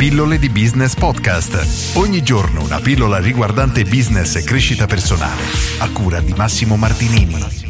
Pillole di Business Podcast. Ogni giorno una pillola riguardante business e crescita personale. A cura di Massimo Martinini.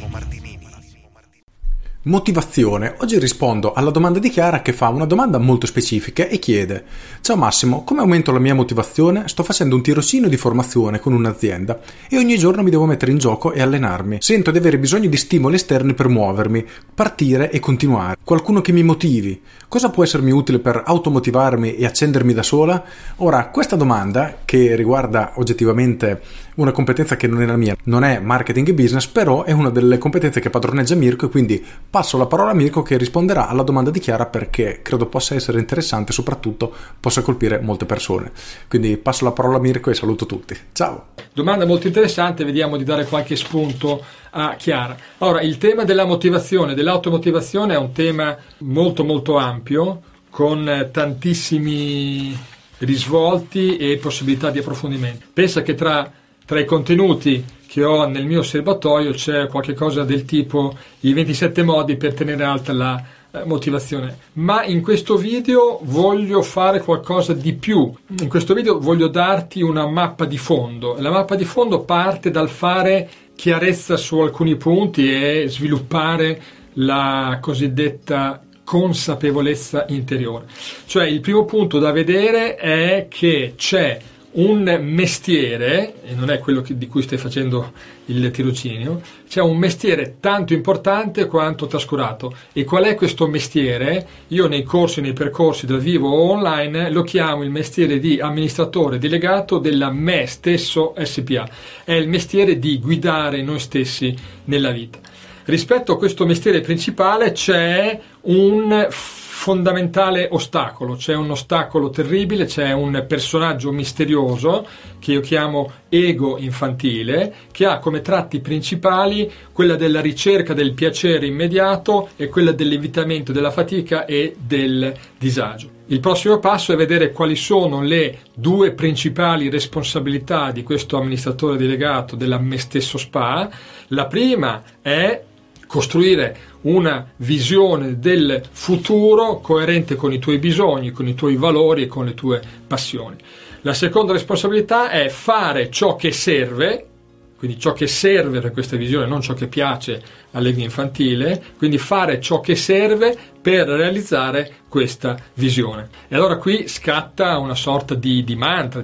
Motivazione. Oggi rispondo alla domanda di Chiara, che fa una domanda molto specifica e chiede: ciao Massimo, come aumento la mia motivazione? Sto facendo un tirocinio di formazione con un'azienda e ogni giorno mi devo mettere in gioco e allenarmi. Sento di avere bisogno di stimoli esterni per muovermi, partire e continuare. Qualcuno che mi motivi. Cosa può essermi utile per automotivarmi e accendermi da sola? Ora, questa domanda, che riguarda oggettivamente una competenza che non è la mia, non è marketing e business, però è una delle competenze che padroneggia Mirko, e quindi passo la parola a Mirko, che risponderà alla domanda di Chiara, perché credo possa essere interessante e soprattutto possa colpire molte persone. Quindi passo la parola a Mirko e saluto tutti. Ciao! Domanda molto interessante, vediamo di dare qualche spunto a Chiara. Allora, il tema della motivazione, dell'automotivazione è un tema molto molto ampio, con tantissimi risvolti e possibilità di approfondimento. Pensa che tra i contenuti che ho nel mio serbatoio c'è qualche cosa del tipo i 27 modi per tenere alta la motivazione, ma in questo video voglio fare qualcosa di più. In questo video voglio darti una mappa di fondo. La mappa di fondo parte dal fare chiarezza su alcuni punti e sviluppare la cosiddetta consapevolezza interiore. Cioè, il primo punto da vedere è che c'è un mestiere, e non è quello di cui stai facendo il tirocinio, c'è un mestiere tanto importante quanto trascurato. E qual è questo mestiere? Io nei corsi, nei percorsi dal vivo o online lo chiamo il mestiere di amministratore delegato della Me Stesso SPA. È il mestiere di guidare noi stessi nella vita. Rispetto a questo mestiere principale c'è un fondamentale ostacolo, c'è un ostacolo terribile, c'è un personaggio misterioso che io chiamo ego infantile, che ha come tratti principali quella della ricerca del piacere immediato e quella dell'evitamento della fatica e del disagio. Il prossimo passo è vedere quali sono le due principali responsabilità di questo amministratore delegato della Me Stesso SPA. La prima è costruire una visione del futuro coerente con i tuoi bisogni, con i tuoi valori e con le tue passioni. La seconda responsabilità è fare ciò che serve, quindi ciò che serve per questa visione, non ciò che piace all'ego infantile, quindi fare ciò che serve per realizzare questa visione. E allora qui scatta una sorta di mantra,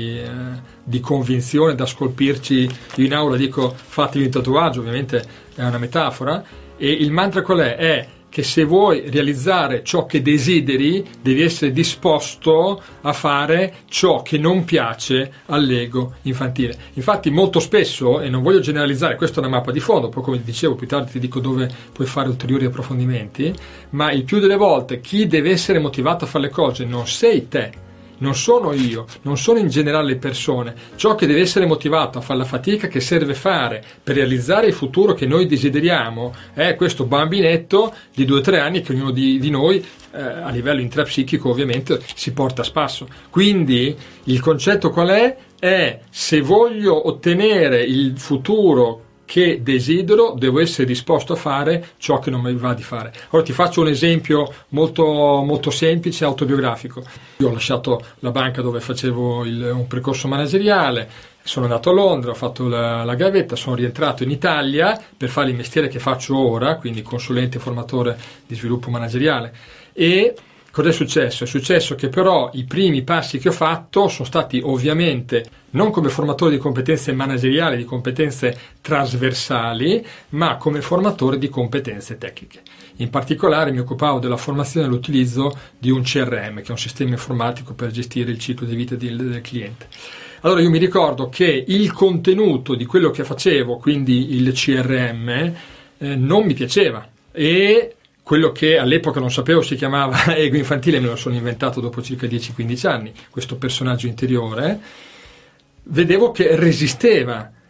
di convinzione da scolpirci. Io in aula dico fatevi un tatuaggio, ovviamente è una metafora, e il mantra qual è? È che se vuoi realizzare ciò che desideri, devi essere disposto a fare ciò che non piace all'ego infantile. Infatti molto spesso, e non voglio generalizzare, questa è una mappa di fondo, poi come dicevo più tardi ti dico dove puoi fare ulteriori approfondimenti, ma il più delle volte chi deve essere motivato a fare le cose non sei te, non sono io, non sono in generale le persone. Ciò che deve essere motivato a fare la fatica che serve fare per realizzare il futuro che noi desideriamo è questo bambinetto di 2-3 anni che ognuno di noi a livello intrapsichico ovviamente si porta a spasso. Quindi il concetto qual è? È se voglio ottenere il futuro che desidero, devo essere disposto a fare ciò che non mi va di fare. Ora ti faccio un esempio molto, molto semplice, autobiografico. Io ho lasciato la banca dove facevo un percorso manageriale, sono andato a Londra, ho fatto la gavetta, sono rientrato in Italia per fare il mestiere che faccio ora, quindi consulente e formatore di sviluppo manageriale. E cosa è successo? È successo che però i primi passi che ho fatto sono stati ovviamente non come formatore di competenze manageriali, di competenze trasversali, ma come formatore di competenze tecniche. In particolare mi occupavo della formazione e dell'utilizzo di un CRM, che è un sistema informatico per gestire il ciclo di vita del cliente. Allora io mi ricordo che il contenuto di quello che facevo, quindi il CRM, non mi piaceva, e quello che all'epoca non sapevo si chiamava ego infantile, me lo sono inventato dopo circa 10-15 anni, questo personaggio interiore, vedevo che resisteva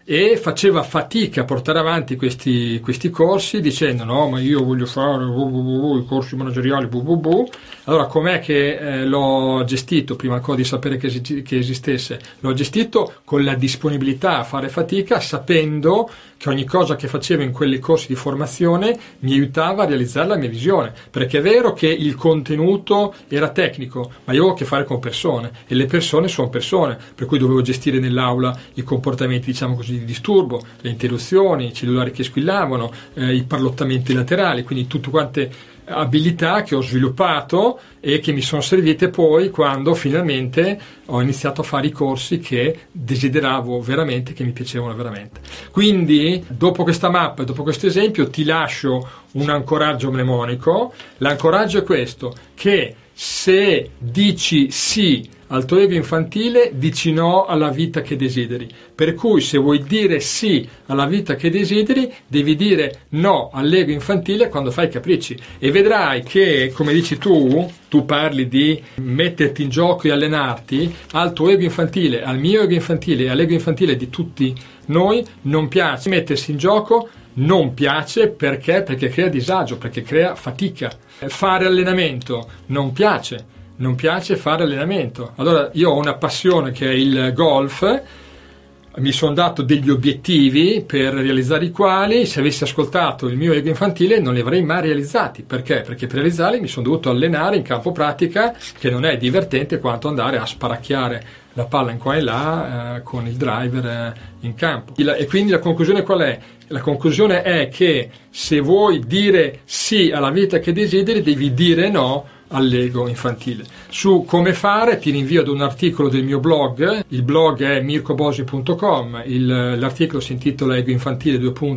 e faceva fatica a portare avanti questi corsi dicendo no, ma io voglio fare i corsi manageriali. Allora com'è che l'ho gestito? Prima ancora di sapere che esistesse, l'ho gestito con la disponibilità a fare fatica, sapendo che ogni cosa che facevo in quei corsi di formazione mi aiutava a realizzare la mia visione, perché è vero che il contenuto era tecnico, ma io avevo a che fare con persone e le persone sono persone, per cui dovevo gestire nell'aula i comportamenti, diciamo così, di disturbo, le interruzioni, i cellulari che squillavano, i parlottamenti laterali, quindi tutte quante abilità che ho sviluppato e che mi sono servite poi quando finalmente ho iniziato a fare i corsi che desideravo veramente, che mi piacevano veramente. Quindi dopo questa mappa, dopo questo esempio, ti lascio un ancoraggio mnemonico. L'ancoraggio è questo, che se dici sì al tuo ego infantile, dici no alla vita che desideri. Per cui se vuoi dire sì alla vita che desideri, devi dire no all'ego infantile quando fai i capricci. E vedrai che, come dici tu parli di metterti in gioco e allenarti, al tuo ego infantile, al mio ego infantile e all'ego infantile di tutti noi non piace mettersi in gioco, non piace perché crea disagio, perché crea fatica. Fare allenamento non piace fare allenamento. Allora io ho una passione che è il golf, mi sono dato degli obiettivi per realizzare i quali, se avessi ascoltato il mio ego infantile, non li avrei mai realizzati. Perché? Perché per realizzarli mi sono dovuto allenare in campo pratica, che non è divertente quanto andare a sparacchiare la palla in qua e là con il driver in campo. E quindi la conclusione qual è? La conclusione è che se vuoi dire sì alla vita che desideri, devi dire no all'ego infantile. Su come fare ti rinvio ad un articolo del mio blog. Il blog è mircobosi.com, l'articolo si intitola Ego infantile,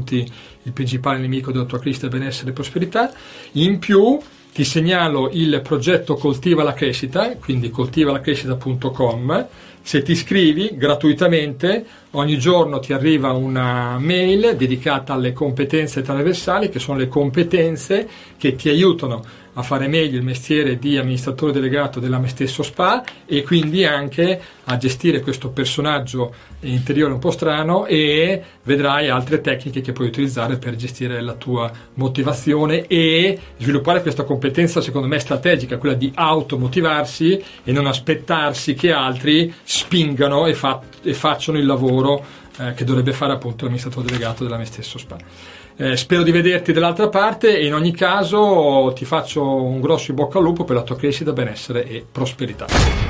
il principale nemico della tua crescita, benessere e prosperità. In più ti segnalo il progetto Coltiva la Crescita, quindi coltivalacrescita.com. Se ti iscrivi gratuitamente, ogni giorno ti arriva una mail dedicata alle competenze trasversali, che sono le competenze che ti aiutano a fare meglio il mestiere di amministratore delegato della Me Stesso Spa e quindi anche a gestire questo personaggio interiore un po' strano, e vedrai altre tecniche che puoi utilizzare per gestire la tua motivazione e sviluppare questa competenza, secondo me strategica, quella di automotivarsi e non aspettarsi che altri spingano e facciano il lavoro che dovrebbe fare appunto l'amministratore delegato della Me Stesso Spa. Spero di vederti dall'altra parte e in ogni caso ti faccio un grosso in bocca al lupo per la tua crescita, benessere e prosperità.